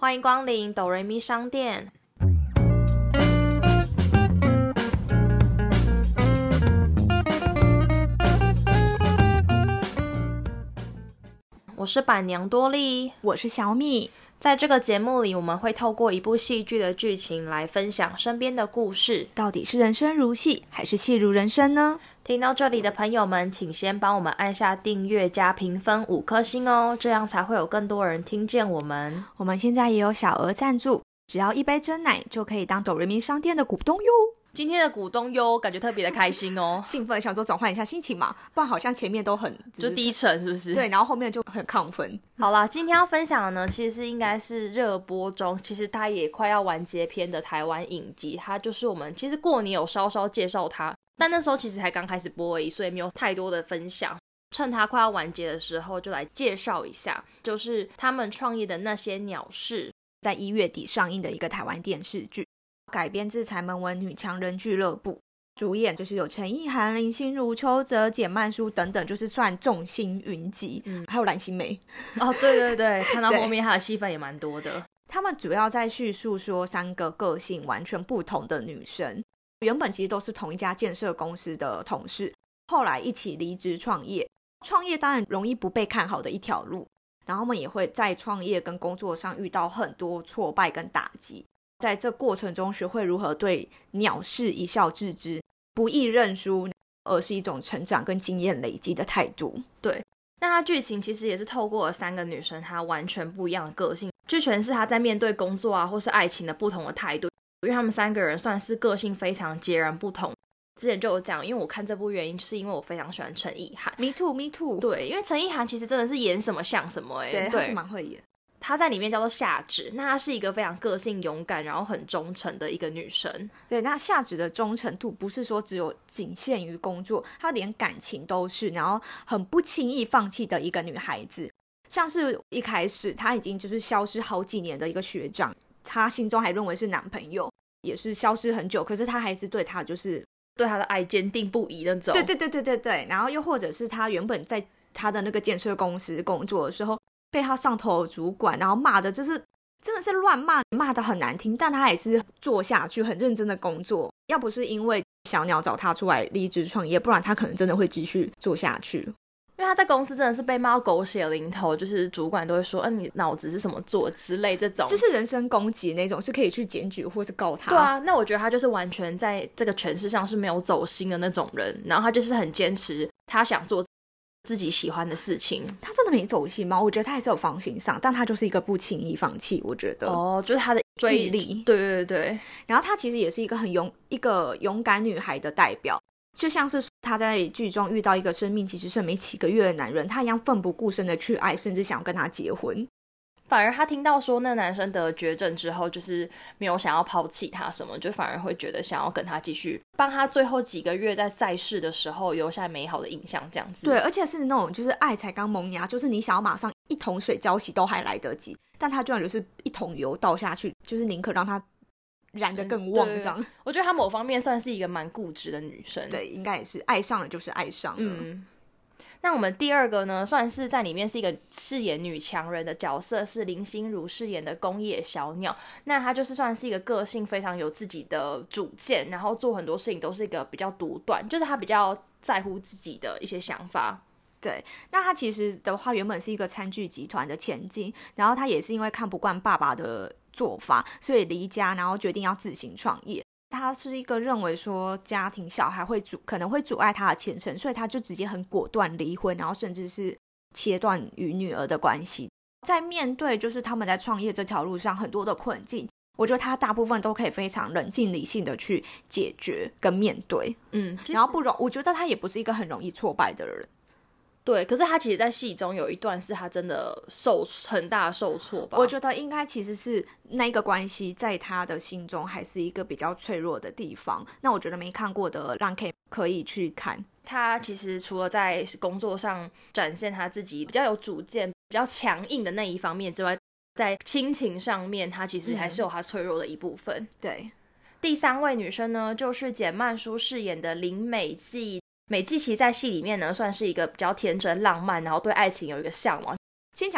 欢迎光临哆瑞咪商店。我是板娘多莉， 我是小米。 在这个节目里，我们会透过一部戏剧的剧情来分享身边的故事。 到底是人生如戏，还是戏如人生呢？ 听到这里的朋友们，请先帮我们按下订阅加评分5颗星哦，这样才会有更多人听见我们。 我们现在也有小额赞助，只要1杯真奶就可以当哆瑞咪商店的股东哟。 今天的股东哟，感觉特别的开心哦， 兴奋，想说转换一下心情嘛，不然好像前面都很就低沉，是不是？ 对，然后后面就很亢奋。 好啦，今天要分享的呢，其实应该是热播中，其实它也快要完结篇的台湾影集，它就是我们其实过年有稍稍介绍它，但那时候其实才刚开始播而已，所以没有太多的分享。趁它快要完结的时候，就来介绍一下，就是他们创业的那些鸟事， 在1月底上映的一个台湾电视剧，改编自柴门文女强人俱乐部，主演就是有陈意涵、林心如、邱泽、简曼书等等，就是算众星云集，还有蓝心湄。 哦，对对对，看到后面他的戏份也蛮多的。 他们主要在叙述说3个个性完全不同的女生，原本其实都是同一家建设公司的同事，后来一起离职创业。创业当然容易不被看好的一条路，然后他们也会在创业跟工作上遇到很多挫败跟打击，在这过程中学会如何对鸟事一笑置之，不易认输，而是一种成长跟经验累积的态度。 对，那它剧情其实也是透过了3个女生她完全不一样的个性，去诠释她在面对工作啊或是爱情的不同的态度，因为他们3个人算是个性非常截然不同。之前就有讲，因为我看这部原因是因为我非常喜欢陈意涵。 Me too Me too。 对，因为陈意涵其实真的是演什么像什么对，她是蛮会演。 她在里面叫做夏芷，那她是一个非常个性勇敢然后很忠诚的一个女生。 对，那夏芷的忠诚度不是说只有仅限于工作，她连感情都是，然后很不轻易放弃的一个女孩子。像是一开始她已经就是消失好几年的一个学长，她心中还认为是男朋友，也是消失很久，可是她还是对他就是对他的爱坚定不移那种。 对对对对对对。然后又或者是他原本在他的那个建设公司工作的时候，被他上头的主管然后骂的就是真的是乱骂，骂的很难听，但他也是做下去，很认真的工作。要不是因为小鸟找他出来离职创业，不然他可能真的会继续做下去。 因为他在公司真的是被骂到狗血淋头，就是主管都会说你脑子是什么做之类，这种就是人身攻击那种，是可以去检举或是告他。 对啊，那我觉得他就是完全在这个诠释上是没有走心的那种人，然后他就是很坚持他想做自己喜欢的事情。 他真的没走心吗？我觉得他还是有放心上，但他就是一个不轻易放弃。我觉得就是他的毅力。 对对对。 然后他其实也是一个一个勇敢女孩的代表，就像是他在剧中遇到一个生命其实剩没几个月的男人，他一样奋不顾身的去爱，甚至想要跟他结婚。 反而他听到说那个男生得绝症之后，就是没有想要抛弃他什么，就反而会觉得想要跟他继续帮他最后几个月在世的时候留下美好的印象这样子。 对，而且是那种就是爱才刚萌芽，就是你想要马上一桶水浇洗都还来得及，但他居然就是一桶油倒下去，就是宁可让他燃得更旺这样。 我觉得她某方面算是一个蛮固执的女生。 对，应该也是爱上了就是爱上了。 那我们第2个呢，算是在里面是一个饰演女强人的角色，是林心如饰演的宫野小鸟。那她就是算是一个个性非常有自己的主见，然后做很多事情都是一个比较独断，就是她比较在乎自己的一些想法。 对，那他其实的话原本是一个餐具集团的千金，然后他也是因为看不惯爸爸的做法，所以离家，然后决定要自行创业。他是一个认为说家庭小孩可能会阻碍他的前程，所以他就直接很果断离婚，然后甚至是切断与女儿的关系。在面对就是他们在创业这条路上很多的困境，我觉得他大部分都可以非常冷静理性的去解决跟面对。然后我觉得他也不是一个很容易挫败的人。 对，可是他其实在戏中有一段是他真的很大受挫吧。 我觉得应该其实是那个关系在他的心中还是一个比较脆弱的地方。那我觉得没看过的让可以去看。 他其实除了在工作上展现他自己比较有主见比较强硬的那一方面之外，在亲情上面他其实还是有他脆弱的一部分。 对， 第3位女生呢，就是简曼书饰演的林美纪。美纪其实在戏里面呢算是一个比较天真浪漫，然后对爱情有一个向往。 先讲一下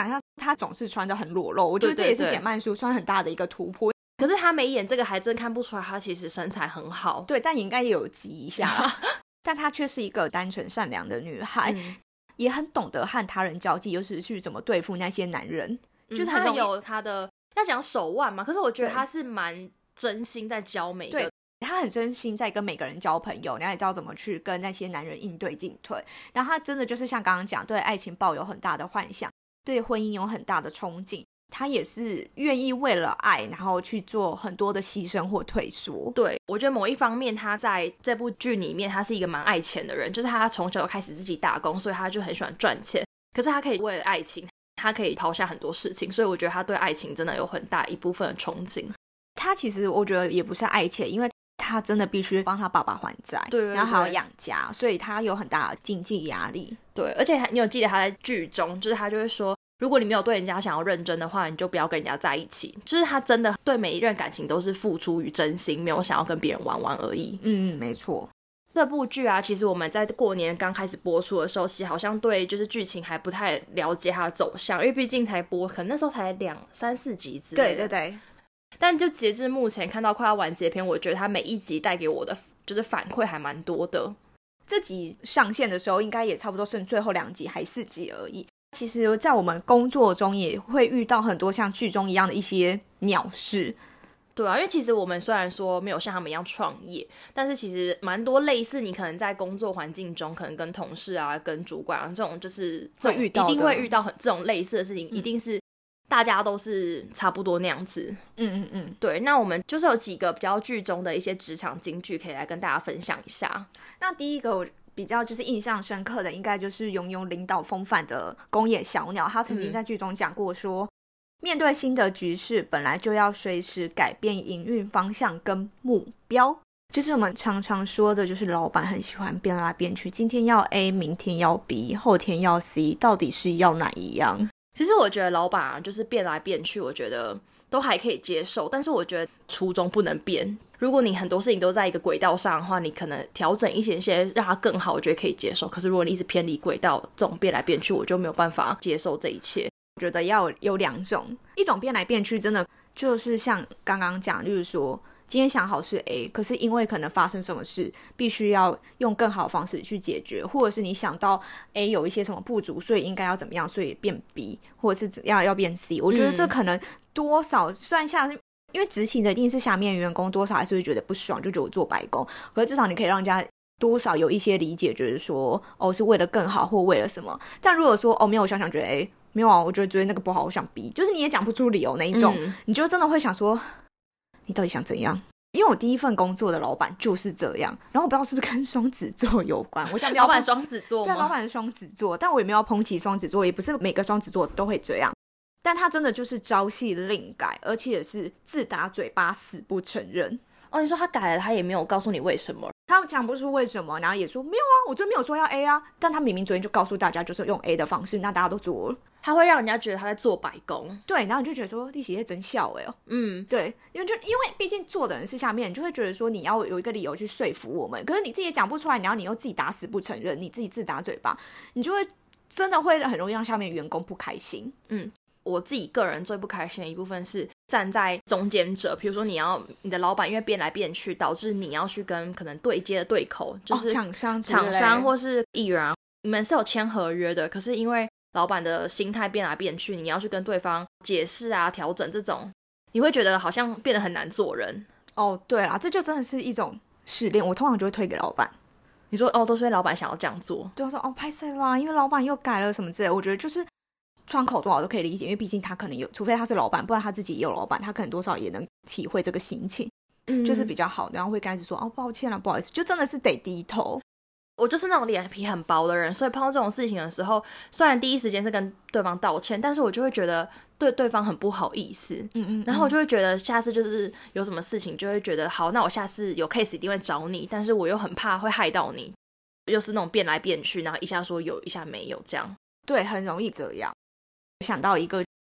她总是穿得很裸露，我觉得这也是简曼书算很大的一个突破。 可是她没演这个还真看不出来她其实身材很好。 对，但应该也有挤一下但她却是一个单纯善良的女孩，也很懂得和他人交际，又是去怎么对付那些男人，就是她有她的要讲手腕嘛，可是我觉得她是蛮真心在教每个， 对，他很真心在跟每个人交朋友，然后也知道怎么去跟那些男人应对进退，然后他真的就是像刚刚讲，对爱情抱有很大的幻想，对婚姻有很大的憧憬，他也是愿意为了爱然后去做很多的牺牲或退缩。 对，我觉得某一方面他在这部剧里面他是一个蛮爱钱的人，就是他从小就开始自己打工，所以他就很喜欢赚钱，可是他可以为了爱情他可以抛下很多事情，所以我觉得他对爱情真的有很大一部分的憧憬。 他其实我觉得也不是爱钱，因为他真的必须帮他爸爸还债， 对， 然后还要养家，所以他有很大的经济压力。 对，而且你有记得他在剧中就是他就会说，如果你没有对人家想要认真的话，你就不要跟人家在一起，就是他真的对每一任感情都是付出于真心，没有想要跟别人玩玩而已。 没错。 这部剧啊，其实我们在过年刚开始播出的时候，其实好像对就是剧情还不太了解它的走向，因为毕竟才播可能那时候才2、3、4集之类的。 对对对。 但就截至目前看到快要完结篇，我觉得它每一集带给我的就是反馈还蛮多的。 这集上线的时候应该也差不多剩最后2集还4集而已。其实在我们工作中也会遇到很多像剧中一样的一些鸟事。 对啊，因为其实我们虽然说没有像他们一样创业，但是其实蛮多类似你可能在工作环境中可能跟同事啊跟主管啊这种就是会遇到的， 一定会遇到这种类似的事情，一定是大家都是差不多那样子。对，那我们就是有几个比较剧中的一些职场金句可以来跟大家分享一下。 那第一个我比较就是印象深刻的应该就是拥有领导风范的宫野小鸟，他曾经在剧中讲过说，面对新的局势本来就要随时改变营运方向跟目标，就是我们常常说的就是老板很喜欢变来变去，今天要 A 明天要 B 后天要 C， 到底是要哪一样？ 其实我觉得老板啊就是变来变去，我觉得都还可以接受，但是我觉得初衷不能变。如果你很多事情都在一个轨道上的话，你可能调整一些让它更好，我觉得可以接受。可是如果你一直偏离轨道，这种变来变去，我就没有办法接受这一切。 我觉得要有2种，一种变来变去真的就是像刚刚讲，例如说今天想好是 A， 可是因为可能发生什么事必须要用更好的方式去解决，或者是你想到 A 有一些什么不足，所以应该要怎么样，所以变 B， 或者是怎样要变 C。 我觉得这可能多少虽然像因为执行的一定是下面员工，多少还是会觉得不爽，就觉得我做白工，可是至少你可以让人家多少有一些理解，觉得说是为了更好或为了什么。但如果说没有，我想觉得没有啊，我觉得昨天那个不好，我想逼，就是你也讲不出理由那一种，你就真的会想说你到底想怎样。因为我第一份工作的老板就是这样，然后我不知道是不是跟双子座有关，我想老板双子座吗？ 对，老板是双子座，但我也没有要抨击双子座，也不是每个双子座都会这样，但他真的就是朝夕令改，而且也是自打嘴巴死不承认。 你说他改了，他也没有告诉你为什么， 他讲不出为什么，然后也说没有啊，我昨天没有说要 A 啊，但他明明昨天就告诉大家就是用 A 的方式，那大家都做了， 他会让人家觉得他在做白工。 对，然后你就觉得说利息在真笑对，因为毕竟做的人是下面，你就会觉得说你要有一个理由去说服我们，可是你自己也讲不出来，然后你又自己打死不承认，你自己自打嘴巴，你就会真的会很容易让下面员工不开心。 我自己个人最不开心的一部分是站在中间者，比如说你的老板因为变来变去，导致你要去跟可能对接的对口，就是厂商或是艺人，你们是有签合约的，可是因为老板的心态变来变去，你要去跟对方解释啊调整，这种你会觉得好像变得很难做人。 对啦，这就真的是一种试炼，我通常就会推给老板。 你说都是因为老板想要这样做？ 对，我说拍谁啦，因为老板又改了什么之类，我觉得就是窗口多少都可以理解，因为毕竟他可能有，除非他是老板，不然他自己也有老板，他可能多少也能体会这个心情，就是比较好，然后会开始说抱歉啦，不好意思，就真的是得低头。 我就是那种脸皮很薄的人，所以碰到这种事情的时候，虽然第一时间是跟对方道歉，但是我就会觉得对对方很不好意思，然后我就会觉得下次就是有什么事情就会觉得好，那我下次有 case 一定会找你，但是我又很怕会害到你，又是那种变来变去，然后一下说有一下没有这样。 对，很容易这样。想到一个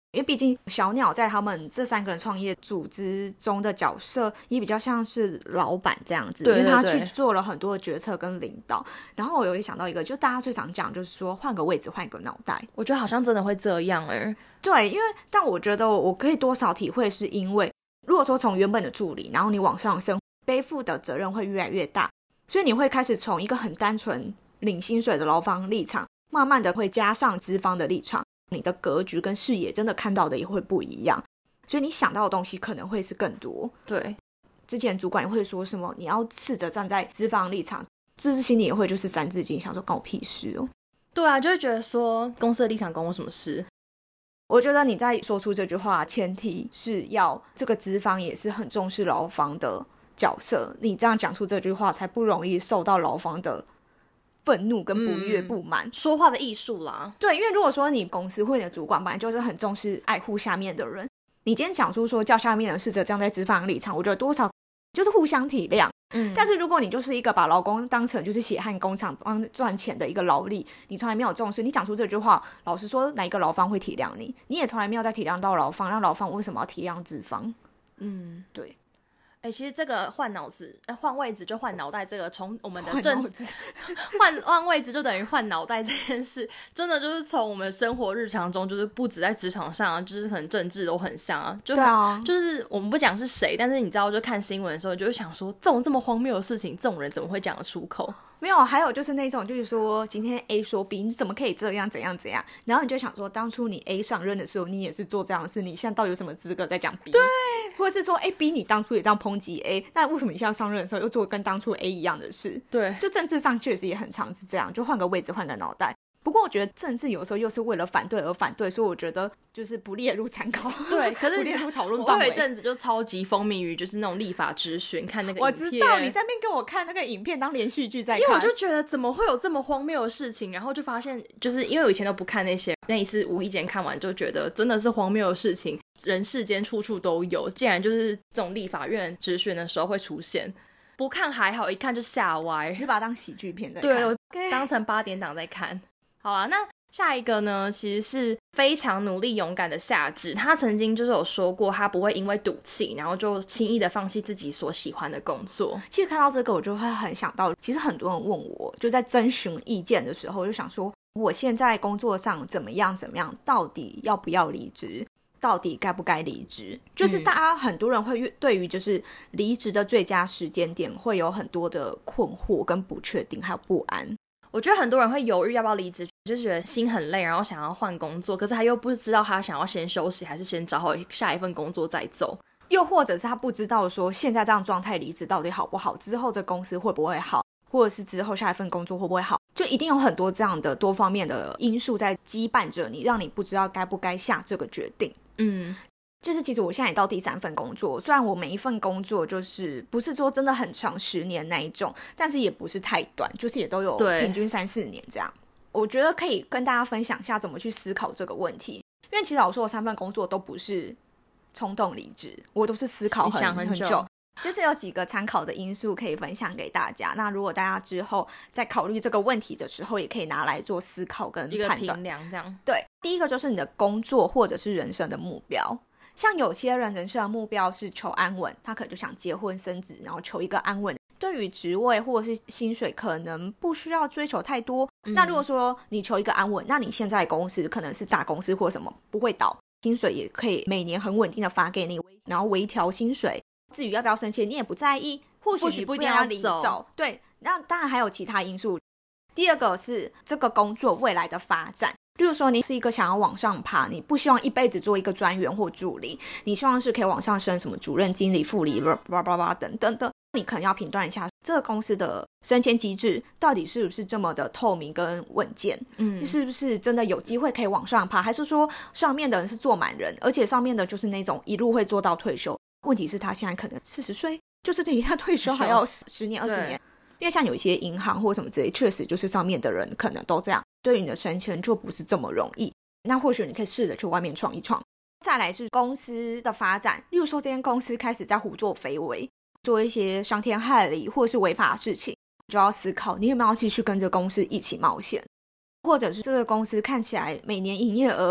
因为毕竟小鸟在他们这3个人创业组织中的角色也比较像是老板这样子， 对对对， 因为他去做了很多的决策跟领导。然后我有想到一个，就大家最常讲就是说换个位置换个脑袋， 我觉得好像真的会这样对，因为但我觉得我可以多少体会，是因为如果说从原本的助理然后你往上升，背负的责任会越来越大，所以你会开始从一个很单纯领薪水的劳方立场，慢慢的会加上资方的立场，你的格局跟视野真的看到的也会不一样，所以你想到的东西可能会是更多。 对， 之前主管也会说什么你要试着站在资方立场，就是心里也会就是三字经，想说关我屁事哦。 对啊，就会觉得说公司的立场关我什么事。 我觉得你在说出这句话前提是要这个资方也是很重视劳方的角色，你这样讲出这句话才不容易受到劳方的愤怒跟不悦不满， 说话的艺术啦。 对，因为如果说你公司或你的主管本来就是很重视爱护下面的人，你今天讲出说叫下面的人试着站在资方立场，我觉得多少就是互相体谅。但是如果你就是一个把劳工当成就是血汗工厂帮赚钱的一个劳力，你从来没有重视，你讲出这句话，老实说哪一个劳方会体谅你？你也从来没有在体谅到劳方，那劳方为什么要体谅资方？对。 其实这个换脑子换位置就换脑袋，这个从我们的政治换位置就等于换脑袋这件事，真的就是从我们生活日常中，就是不止在职场上啊，就是可能政治都很像啊。对啊，就是我们不讲是谁，但是你知道就看新闻的时候，你就会想说这么荒谬的事情，这种人怎么会讲得出口？ 没有，还有就是那种就是说今天 A 说 B 你怎么可以这样怎样怎样，然后你就想说当初你 A 上任的时候你也是做这样的事，你现在到底有什么资格在讲 B？ 对，或者是说B 你当初也这样抨击 A， 那为什么你现在上任的时候又做跟当初 A 一样的事？对，就政治上确实也很常是这样，就换个位置换个脑袋。不过我觉得政治有时候又是为了反对而反对，所以我觉得就是不列入参考。 对，可是不列入讨论范围。 我有一阵子就超级风靡于就是那种立法质询，看那个影片。 我知道你在那边跟我看那个影片当连续剧在看， 因为我就觉得怎么会有这么荒谬的事情，然后就发现就是因为我以前都不看那些，那一次无意间看完就觉得真的是荒谬的事情，人世间处处都有，竟然就是这种立法院质询的时候会出现。不看还好，一看就吓歪， 就把它当喜剧片在看。 对，我当成8点档在看。好啦，那下一个呢，其实是非常努力勇敢的夏至，他曾经就是有说过他不会因为赌气然后就轻易的放弃自己所喜欢的工作。 其实看到这个我就会很想到，其实很多人问我就在征询意见的时候，就想说我现在工作上怎么样，到底要不要离职，到底该不该离职，就是大家很多人会对于就是离职的最佳时间点会有很多的困惑跟不确定还有不安。 我觉得很多人会犹豫要不要离职，就是觉得心很累，然后想要换工作，可是他又不知道他想要先休息还是先找好下一份工作再走， 又或者是他不知道说现在这样状态离职到底好不好，之后这公司会不会好，或者是之后下一份工作会不会好，就一定有很多这样的多方面的因素在羁绊着你，让你不知道该不该下这个决定。就是其实我现在也到第3份工作，虽然我每一份工作就是不是说真的很长10年那一种，但是也不是太短，就是也都有平均3-4年这样。我觉得可以跟大家分享一下怎么去思考这个问题，因为其实老实说我3份工作都不是冲动离职，我都是思考很久，就是有几个参考的因素可以分享给大家。那如果大家之后在考虑这个问题的时候，也可以拿来做思考跟判断，一个评量这样。 对，第一个就是你的工作或者是人生的目标。像有些人人生的目标是求安稳，他可能就想结婚生子，然后求一个安稳，对于职位或者是薪水可能不需要追求太多。那如果说你求一个安稳，那你现在公司可能是大公司或什么不会倒，薪水也可以每年很稳定的发给你，然后微调薪水，至于要不要升迁你也不在意，或许不一定要离走。对，那当然还有其他因素。第二个是这个工作未来的发展，例如说你是一个想要往上爬，你不希望一辈子做一个专员或助理，你希望是可以往上升什么主任、经理、副理等等的，你可能要评断一下这个公司的升迁机制到底是不是这么的透明跟稳健，是不是真的有机会可以往上爬，还是说上面的人是做满人，而且上面的就是那种一路会做到退休，问题是他现在可能40岁，就是离他退休还要10年20年。因为像有一些银行或什么之类，确实就是上面的人可能都这样，对于你的升迁就不是这么容易。那或许你可以试着去外面闯一闯。再来是公司的发展，例如说这间公司开始在胡作非为，做一些伤天害理或是违法的事情，就要思考你有没有继续跟这个公司一起冒险，或者是这个公司看起来每年营业额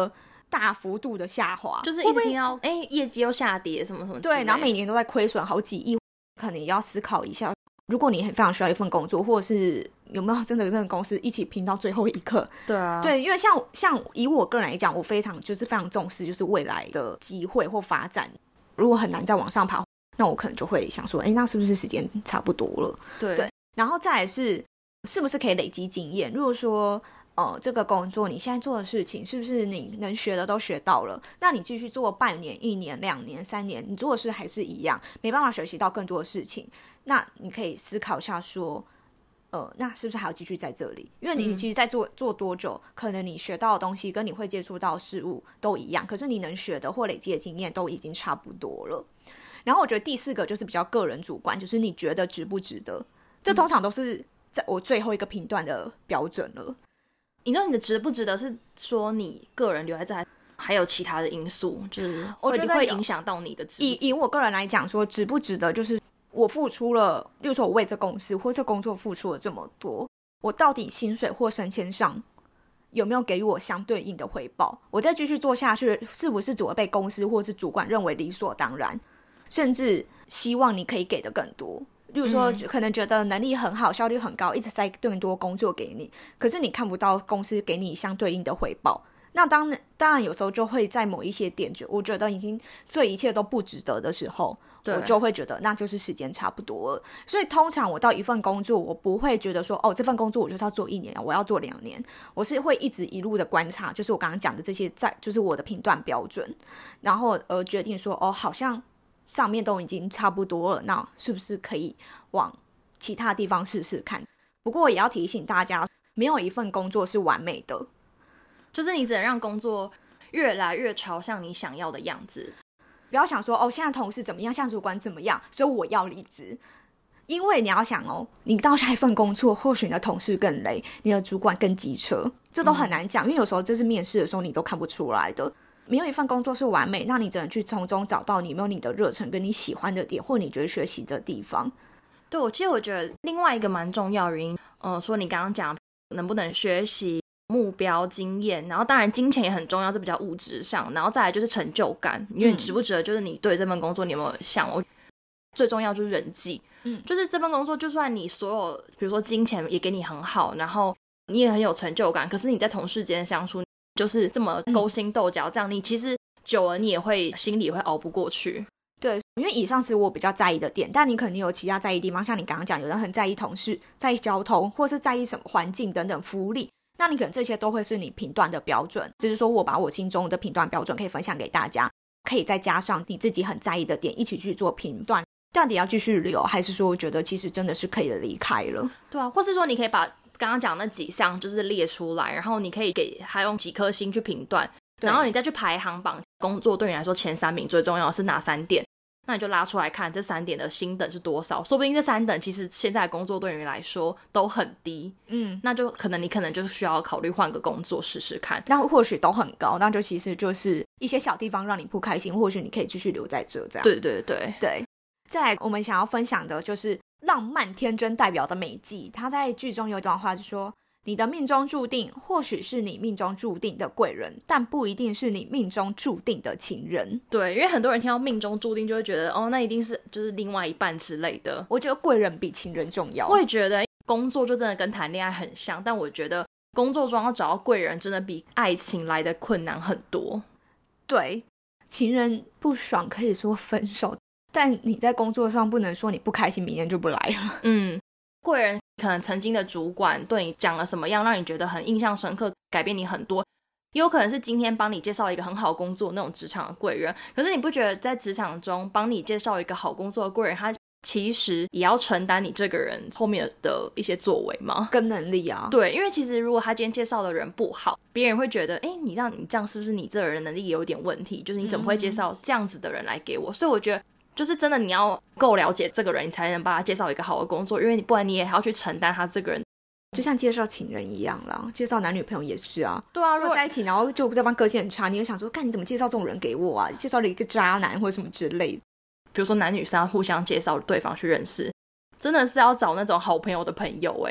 大幅度的下滑， 就是一直听到业绩又下跌什么什么之类的， 对，然后每年都在亏损好几亿，可能也要思考一下，如果你非常需要一份工作，或者是有没有真的跟这个公司一起拼到最后一刻。 对啊， 对，因为像以我个人来讲，我非常重视就是未来的机会或发展，如果很难再往上爬，那我可能就会想说那是不是时间差不多了。 对， 然后再来是不是可以累积经验，如果说这个工作你现在做的事情是不是你能学的都学到了，那你继续做半年、1年、2年、3年，你做的事还是一样，没办法学习到更多的事情，那你可以思考一下说那是不是还要继续在这里？因为你其实在做多久，可能你学到的东西跟你会接触到的事物都一样，可是你能学的或累积的经验都已经差不多了。然后我觉得第4个就是比较个人主观，就是你觉得值不值得，这通常都是在我最后一个评断的标准了。 你说你的值不值得是说你个人留在这，还有其他的因素，就是我觉得会影响到你的值不值得。 以我个人来讲说值不值得，就是我付出了，例如说我为这公司或这工作付出了这么多，我到底薪水或升迁上有没有给予我相对应的回报？我再继续做下去，是不是只会被公司或是主管认为理所当然，甚至希望你可以给的更多？例如说可能觉得能力很好，效率很高，一直塞更多工作给你，可是你看不到公司给你相对应的回报，那当然有时候就会在某一些点我觉得已经这一切都不值得的时候，我就会觉得那就是时间差不多了。所以通常我到一份工作，我不会觉得说这份工作我就是要做1年，我要做2年，我是会一路的观察，就是我刚刚讲的这些就是我的评断标准，然后决定说好像上面都已经差不多了，那是不是可以往其他地方试试看？不过也要提醒大家，没有一份工作是完美的， 就是你只能让工作越来越朝向你想要的样子。 不要想说现在同事怎么样，现在主管怎么样，所以我要离职。因为你要想你到下一份工作，或许你的同事更累，你的主管更机车，这都很难讲，因为有时候这是面试的时候你都看不出来的。没有一份工作是完美，那你只能去从中找到你有没有你的热忱跟你喜欢的点，或你觉得学习的地方。 对，其实我觉得另外一个蛮重要的原因，说你刚刚讲能不能学习、目标、经验，然后当然金钱也很重要，这比较物质上，然后再来就是成就感，因为你值不值得，就是你对这份工作你有没有想，最重要就是人际，就是这份工作就算你所有比如说金钱也给你很好，然后你也很有成就感，可是你在同事间相处就是这么勾心斗角，这样你其实久了你也会心里会熬不过去。 对，因为以上是我比较在意的点，但你肯定有其他在意的地方，像你刚刚讲有人很在意同事，在意交通，或是在意什么环境等等福利，那你可能这些都会是你评断的标准，只是说我把我心中的评断标准可以分享给大家，可以再加上你自己很在意的点一起去做评断，到底要继续留还是说我觉得其实真的是可以离开了。 对啊，或是说你可以把刚刚讲那几项就是列出来，然后你可以给他用几颗星去评断，然后你再去排行榜，工作对你来说前3名最重要的是哪3点，那你就拉出来看这3点的星等是多少，说不定这3等其实现在的工作对你来说都很低，那就你可能就需要考虑换个工作试试看， 那或许都很高，那就其实就是一些小地方让你不开心，或许你可以继续留在这样。 对对对对。再来我们想要分享的就是浪漫天真代表的美纪，他在剧中有一段话就说，你的命中注定或许是你命中注定的贵人，但不一定是你命中注定的情人。 对，因为很多人听到命中注定就会觉得那一定是就是另外一半之类的， 我觉得贵人比情人重要。 我也觉得工作就真的跟谈恋爱很像，但我觉得工作中要找到贵人真的比爱情来的困难很多。 对，情人不爽可以说分手，但你在工作上不能说你不开心明天就不来了。 贵人可能曾经的主管对你讲了什么样让你觉得很印象深刻，改变你很多，也有可能是今天帮你介绍一个很好工作那种职场的贵人，可是你不觉得在职场中帮你介绍一个好工作的贵人，他其实也要承担你这个人后面的一些作为吗？ 跟能力啊。 对，因为其实如果他今天介绍的人不好，别人会觉得你这样是不是你这个人能力也有点问题，就是你怎么会介绍这样子的人来给我，所以我觉得就是真的你要够了解这个人，你才能帮他介绍一个好的工作，因为不然你也还要去承担他这个人， 就像介绍情人一样啦，介绍男女朋友也是啊。 对啊， 如果在一起然后就对方个性很差，你会想说干你怎么介绍这种人给我啊，介绍了一个渣男或什么之类的。 比如说男女生要互相介绍对方去认识，真的是要找那种好朋友的朋友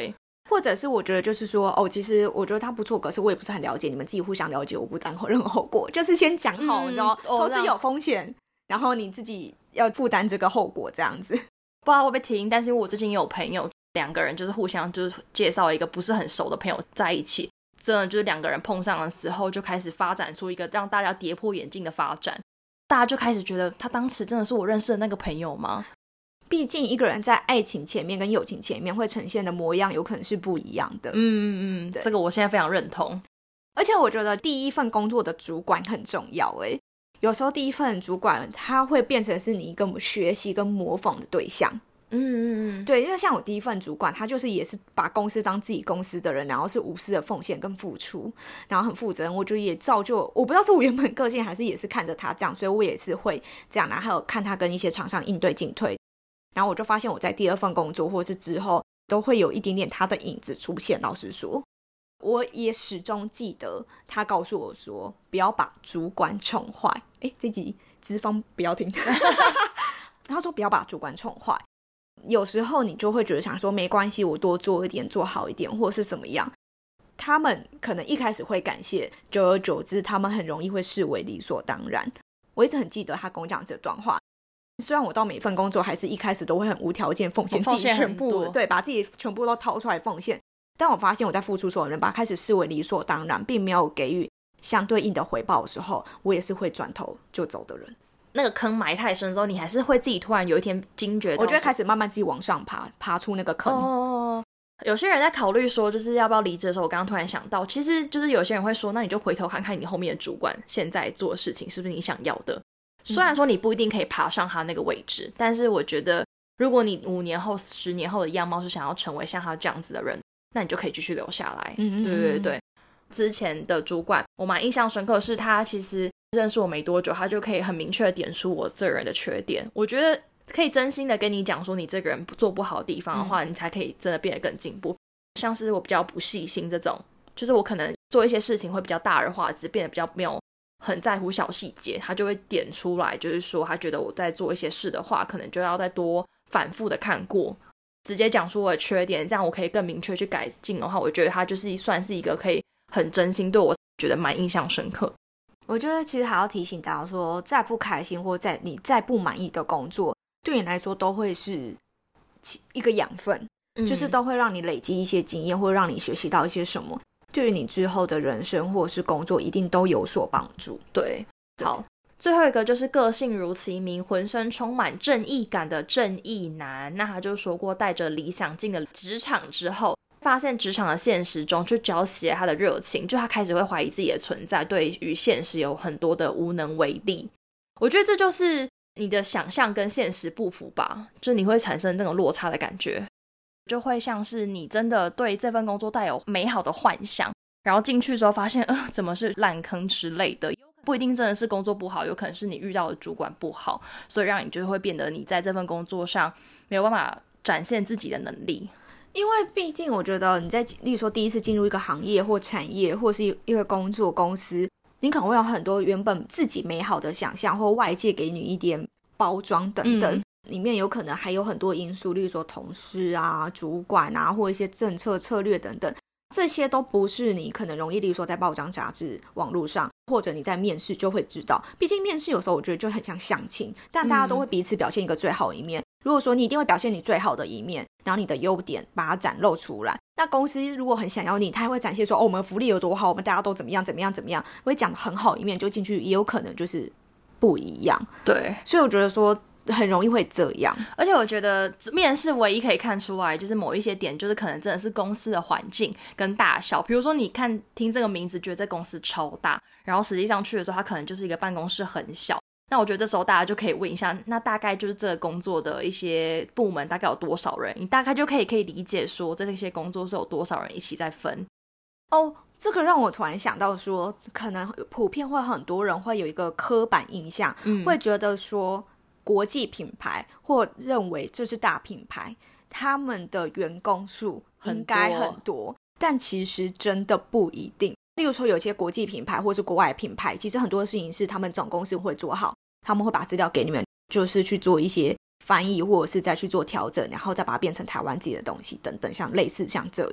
或者是我觉得就是说其实我觉得他不错，可是我也不是很了解，你们自己互相了解，我不担任何后果，就是先讲好，你知道投资有风险，然后你自己要负担这个后果这样子。 不知道会不会听，但是我最近也有朋友2个人就是互相就是介绍了一个不是很熟的朋友在一起，真的就是2个人碰上了之后就开始发展出一个让大家跌破眼镜的发展，大家就开始觉得他当时真的是我认识的那个朋友吗？ 毕竟一个人在爱情前面跟友情前面会呈现的模样有可能是不一样的。 这个我现在非常认同。 而且我觉得第一份工作的主管很重要有时候第一份主管他会变成是你一个学习跟模仿的对象。对，因为像我第一份主管他就是也是把公司当自己公司的人，然后是无私的奉献跟付出，然后很负责任，我觉得也造就我不知道是我原本个性还是也是看着他这样，所以我也是会这样，然后还有看他跟一些厂商应对进退，然后我就发现我在第2份工作或是之后都会有一点点他的影子出现。老实说我也始终记得他告诉我说不要把主管宠坏，这集资方不要听他说不要把主管宠坏，有时候你就会觉得想说没关系，我多做一点做好一点或是什么样，他们可能一开始会感谢，久而久之他们很容易会视为理所当然。我一直很记得他跟我讲这段话，虽然我到每一份工作还是一开始都会很无条件奉献自己全部，对，把自己全部都掏出来奉献，但我发现我在付出所有人把它开始视为理所当然，并没有给予相对应的回报的时候，我也是会转头就走的人。 那个坑埋太深之后，你还是会自己突然有一天惊觉到， 我就会开始慢慢自己往上爬出那个坑。 有些人在考虑说就是要不要离职的时候，我刚刚突然想到，其实就是有些人会说那你就回头看看你后面的主管现在做的事情是不是你想要的。虽然说你不一定可以爬上他那个位置，但是我觉得如果你5年后10年后的样貌是想要成为像他这样子的人，那你就可以继续留下来。对，之前的主管我蛮印象深刻，是他其实认识我没多久，他就可以很明确的点出我这个人的缺点。我觉得可以真心的跟你讲说你这个人做不好的地方的话，你才可以真的变得更进步。像是我比较不细心这种，就是我可能做一些事情会比较大而化之，变得比较没有很在乎小细节，他就会点出来，就是说他觉得我在做一些事的话可能就要再多反复的看过，直接讲出我的缺点，这样我可以更明确去改进的话，我觉得他就是算是一个可以很真心，对我觉得蛮印象深刻。 我觉得其实还要提醒大家说，再不开心或你再不满意的工作，对你来说都会是一个养分，就是都会让你累积一些经验，或让你学习到一些什么，对于你之后的人生或是工作一定都有所帮助。 对，好，最后一个就是个性如其名，浑身充满正义感的正义男。那他就说过，带着理想进了职场之后，发现职场的现实中去浇熄了他的热情，就他开始会怀疑自己的存在，对于现实有很多的无能为力。我觉得这就是你的想象跟现实不符吧，就你会产生那种落差的感觉，就会像是你真的对这份工作带有美好的幻想，然后进去之后发现怎么是烂坑之类的，不一定真的是工作不好，有可能是你遇到的主管不好，所以让你就会变得你在这份工作上没有办法展现自己的能力。 因为毕竟我觉得你在例如说第一次进入一个行业或产业或是一个工作公司，你可能会有很多原本自己美好的想象，或外界给你一点包装等等，里面有可能还有很多因素，例如说同事啊、主管啊，或一些政策策略等等，这些都不是你可能容易例如说在报章杂志网络上或者你在面试就会知道。毕竟面试有时候我觉得就很像相亲，但大家都会彼此表现一个最好的一面，如果说你一定会表现你最好的一面，然后你的优点把它展露出来，那公司如果很想要你，他会展现说我们福利有多好，我们大家都怎么样怎么样怎么样，会讲很好一面，就进去也有可能就是不一样。 对， 所以我觉得说很容易会这样。 而且我觉得面试唯一可以看出来就是某一些点，就是可能真的是公司的环境跟大小，比如说你听这个名字觉得这公司超大，然后实际上去的时候它可能就是一个办公室很小，那我觉得这时候大家就可以问一下，那大概就是这个工作的一些部门大概有多少人，你大概就可以理解说这些工作是有多少人一起在分。 这个让我突然想到说，可能普遍会很多人会有一个刻板印象，会觉得说国际品牌或认为这是大品牌，他们的员工数应该很多，但其实真的不一定。例如说有些国际品牌或是国外品牌，其实很多事情是他们总公司会做好，他们会把资料给你们，就是去做一些翻译或者是再去做调整，然后再把它变成台湾自己的东西等等，像类似像这样。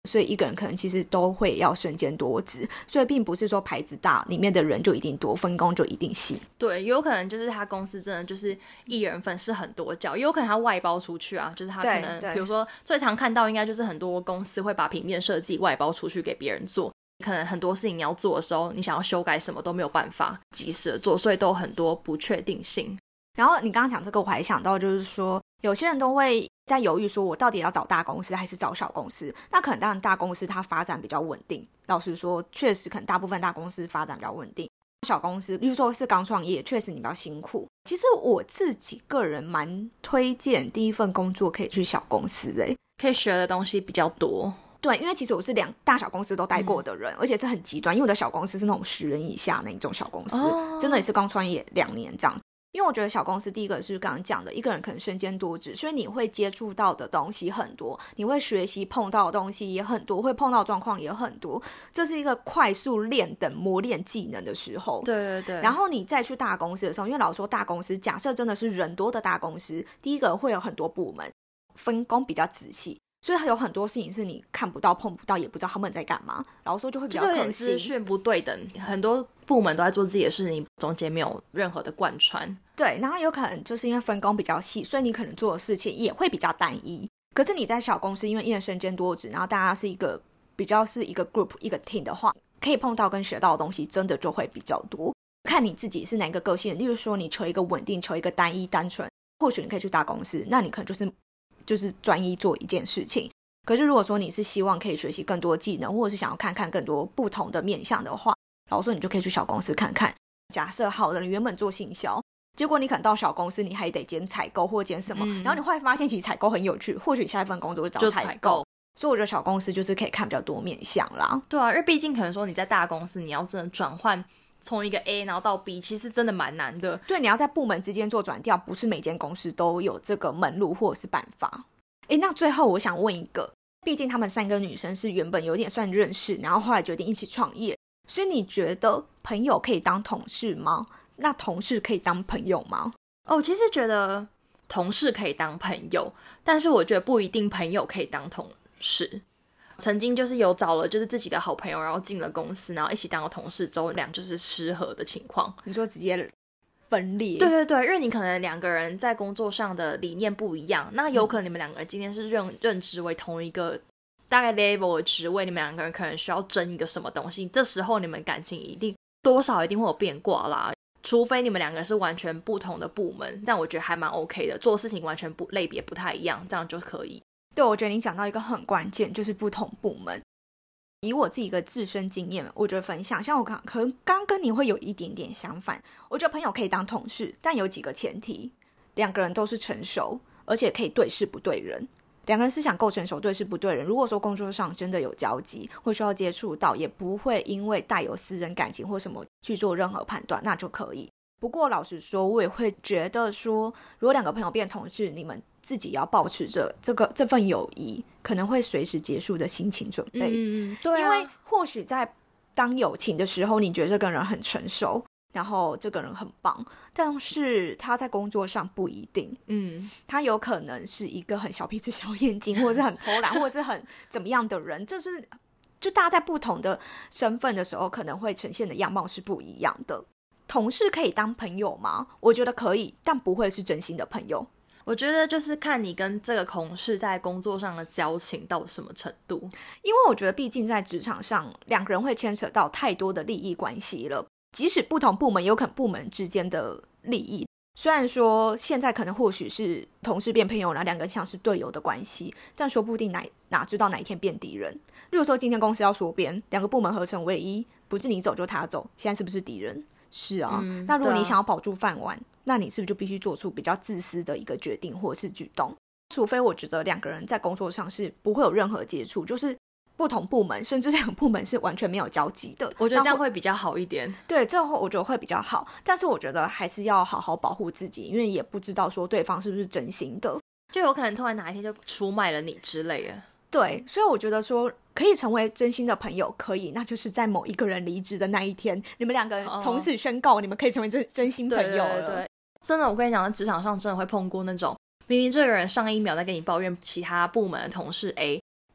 所以一个人可能其实都会要身兼多职，所以并不是说牌子大里面的人就一定多，分工就一定细。 对，有可能就是他公司真的就是一人份是很多角，也有可能他外包出去啊，就是他可能比如说最常看到应该就是很多公司会把平面设计外包出去给别人做，可能很多事情你要做的时候，你想要修改什么都没有办法及时的做，所以都有很多不确定性。 然后你刚刚讲这个我还想到就是说有些人都会在犹豫说我到底要找大公司还是找小公司，那可能当然大公司它发展比较稳定，老实说确实可能大部分大公司发展比较稳定，小公司比如说是刚创业确实你比较辛苦。其实我自己个人蛮推荐第一份工作可以去小公司的， 可以学的东西比较多。 对，因为其实我是大小公司都待过的人，而且是很极端，因为我的小公司是那种10人以下那一种小公司，真的也是刚创业2年这样。因为我觉得小公司第一个是刚刚讲的，一个人可能身兼多职，所以你会接触到的东西很多，你会学习碰到的东西也很多，会碰到的状况也很多，这是一个快速练等磨练技能的时候。 对对对。 然后你再去大公司的时候，因为老实说大公司假设真的是人多的大公司，第一个会有很多部门，分工比较仔细，所以有很多事情是你看不到碰不到，也不知道他们在干嘛，然后说就会比较可惜， 就是有点资讯不对等，很多部门都在做自己的事情，中间没有任何的贯穿。 对，然后有可能就是因为分工比较细，所以你可能做的事情也会比较单一。可是你在小公司，因为一人身兼多职，然后大家是一个比较是一个 group 一个 team 的话，可以碰到跟学到的东西真的就会比较多。看你自己是哪一个个性，例如说你求一个稳定，求一个单一单纯，或许你可以去大公司，那你可能就是专一做一件事情。可是如果说你是希望可以学习更多技能，或者是想要看看更多不同的面向的话，老实说你就可以去小公司看看。假设好的，你原本做行销，结果你可能到小公司你还得兼采购或兼什么，然后你后来发现其实采购很有趣，或许你下一份工作就找采购。所以我觉得小公司就是可以看比较多面向啦。 对啊，因为毕竟可能说你在大公司你要真的转换从一个 A 然后到 B 其实真的蛮难的。 对，你要在部门之间做转调，不是每间公司都有这个门路或者是办法。那最后我想问一个，毕竟他们3个女生是原本有点算认识，然后后来决定一起创业，所以你觉得朋友可以当同事吗？那同事可以当朋友吗？ 我其实觉得同事可以当朋友，但是我觉得不一定朋友可以当同事。曾经就是有找了就是自己的好朋友，然后进了公司，然后一起当了同事之后，就是失和的情况。 你说直接分裂？ 对对对，因为你可能2个人在工作上的理念不一样，那有可能你们2个人今天是任职为同一个大概 level 的职位，你们2个人可能需要争一个什么东西，这时候你们感情一定多少一定会有变卦啦。除非你们2个是完全不同的部门，这样我觉得还蛮 OK 的，做事情完全类别不太一样，这样就可以。 对，我觉得你讲到一个很关键，就是不同部门。以我自己一个自身经验，我觉得分享，像我可能刚跟你会有一点点相反。我觉得朋友可以当同事，但有几个前提：2个人都是成熟，而且可以对事不对人。2个人思想够成熟，对事不对人。如果说工作上真的有交集，或需要接触到，也不会因为带有私人感情或什么去做任何判断，那就可以。不过老实说，我也会觉得说，如果2个朋友变同事，你们自己要保持着这份友谊可能会随时结束的心情准备。 对啊， 因为或许在当友情的时候，你觉得这个人很成熟，然后这个人很棒，但是他在工作上不一定。他有可能是一个很小鼻子小眼睛，或者是很偷懒，或者是很怎么样的人，就大家在不同的身份的时候，可能会呈现的样貌是不一样的。同事可以当朋友吗？我觉得可以，但不会是真心的朋友。 我觉得就是看你跟这个同事在工作上的交情到什么程度， 因为我觉得毕竟在职场上2个人会牵扯到太多的利益关系了，即使不同部门有可能部门之间的利益，虽然说现在可能或许是同事变朋友，然后2个人像是队友的关系，但说不定哪知道哪一天变敌人。例如说今天公司要缩编，2个部门合成为一，不是你走就他走，现在是不是敌人？是啊，那如果你想要保住饭碗，那你是不是就必须做出比较自私的一个决定或者是举动？除非我觉得2个人在工作上是不会有任何接触，就是不同部门，甚至2个部门是完全没有交集的， 我觉得这样会比较好一点。 对，这我觉得会比较好，但是我觉得还是要好好保护自己，因为也不知道说对方是不是真心的， 就有可能突然哪一天就出卖了你之类的。 对，所以我觉得说可以成为真心的朋友，可以，那就是在某一个人离职的那一天，你们2个人从此宣告你们可以成为真心朋友了。 对，真的，我跟你讲，在职场上真的会碰过那种明明这个人上一秒在跟你抱怨其他部门的同事 A，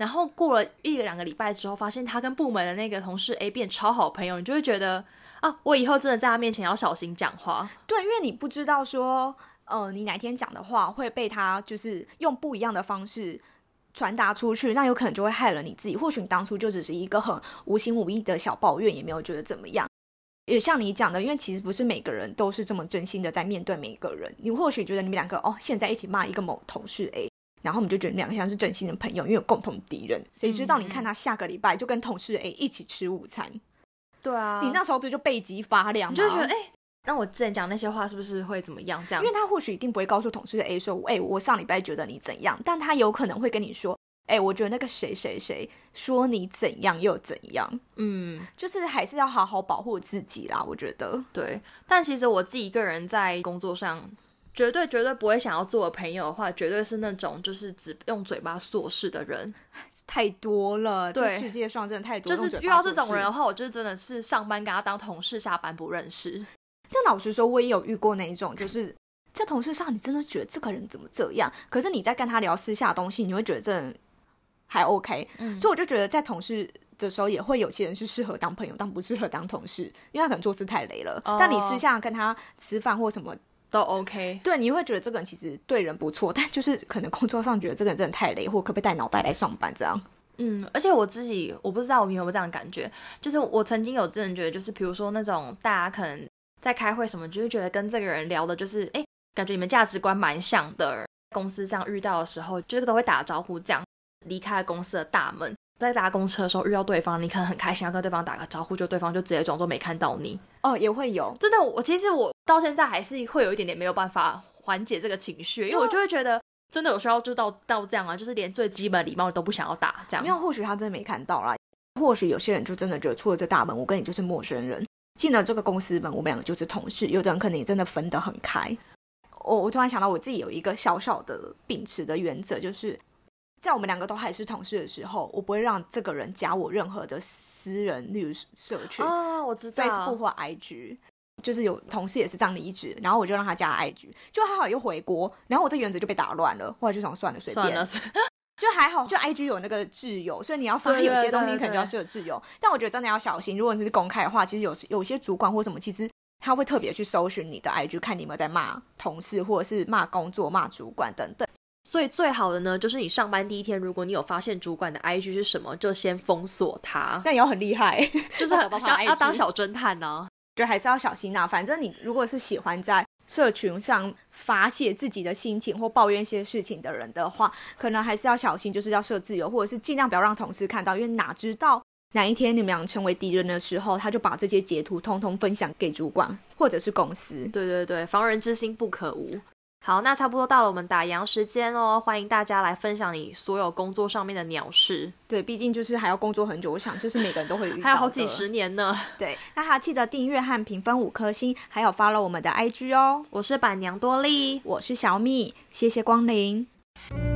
然后过了1-2个礼拜之后，发现他跟部门的那个同事 A 变超好朋友，你就会觉得啊，我以后真的在他面前要小心讲话。 对，因为你不知道说你哪天讲的话会被他就是用不一样的方式传达出去，那有可能就会害了你自己。或许你当初就只是一个很无形无义的小抱怨，也没有觉得怎么样。也像你讲的，因为其实不是每个人都是这么真心的在面对每个人。你或许觉得你们两个现在一起骂一个某同事 A， 然后我们就觉得你们两个像是真心的朋友，因为有共同敌人。谁知道你看他下个礼拜就跟同事 A 一起吃午餐。 对啊， 你那时候不是就背脊发凉吗？ 你就觉得那我之前讲那些话是不是会怎么样？这样， 因为他或许一定不会告诉同事 A 说，我上礼拜觉得你怎样，但他有可能会跟你说，我觉得那个谁谁谁说你怎样又怎样。就是还是要好好保护自己啦，我觉得。 对，但其实我自己一个人在工作上绝对不会想要做的朋友的话，绝对是那种就是只用嘴巴做事的人。 太多了， 对， 这世界上真的太多， 就是遇到这种人的话，我就真的是上班跟他当同事，下班不认识。 这老实说，我也有遇过那一种，就是在同事上你真的觉得这个人怎么这样，可是你在跟他聊私下的东西，你会觉得这还 OK。所以我就觉得在同事的时候，也会有些人是适合当朋友，但不适合当同事，因为他可能做事太累了。但你私下跟他吃饭或什么都 OK。 对，你会觉得这个人其实对人不错，但就是可能工作上觉得这个人真的太累，或可不可以带脑袋来上班这样。 而且我自己我不知道我有没有这样的感觉，就是我曾经有真的觉得，就是比如说那种大家可能在开会什么，就会觉得跟这个人聊的就是感觉你们价值观蛮像的，公司上遇到的时候就是都会打招呼，这样离开了公司的大门，在搭公车的时候遇到对方，你可能很开心要跟对方打个招呼，就对方就直接装作没看到你。 也会有。 真的，其实我到现在还是会有一点点没有办法缓解这个情绪，因为我就会觉得真的有需要就到这样啊，就是连最基本的礼貌都不想要打这样。 没有，或许他真的没看到啦，或许有些人就真的觉得出了这大门，我跟你就是陌生人，进了这个公司门，我们两个就是同事。有的人可能也真的分得很开。我突然想到我自己有一个小小的秉持的原则，就是在我们两个都还是同事的时候，我不会让这个人加我任何的私人，例如社群我知道 Facebook 或 IG。就是有同事也是这样离职，然后我就让他加 IG， 就还好又回国，然后我这原则就被打乱了，后来就想算了随便了就还好，就 IG 有那个挚友，所以你要发有些东西可能就要设挚友，但我觉得真的要小心，如果你是公开的话，其实有些主管或什么，其实他会特别去搜寻你的 IG， 看你有没有在骂同事或者是骂工作骂主管等等。 所以最好的呢，就是你上班第一天，如果你有发现主管的 IG 是什么，就先封锁他。 那也要很厉害， 就是要当小侦探呢。 就还是要小心啊。反正你如果是喜欢在社群上发泄自己的心情或抱怨一些事情的人的话，可能还是要小心，就是要设自由，或者是尽量不要让同事看到，因为哪知道哪一天你们俩成为敌人的时候，他就把这些截图通通分享给主管或者是公司。 对对对，防人之心不可无。好，那差不多到了我们打烊时间哦，欢迎大家来分享你所有工作上面的鸟事。 对，毕竟就是还要工作很久，我想这是每个人都会遇到的， 还有好几十年呢。 对，那还要记得订阅和评分5颗星，还有 follow 我们的 IG 哦。 我是板娘多莉， 我是小米，谢谢光临。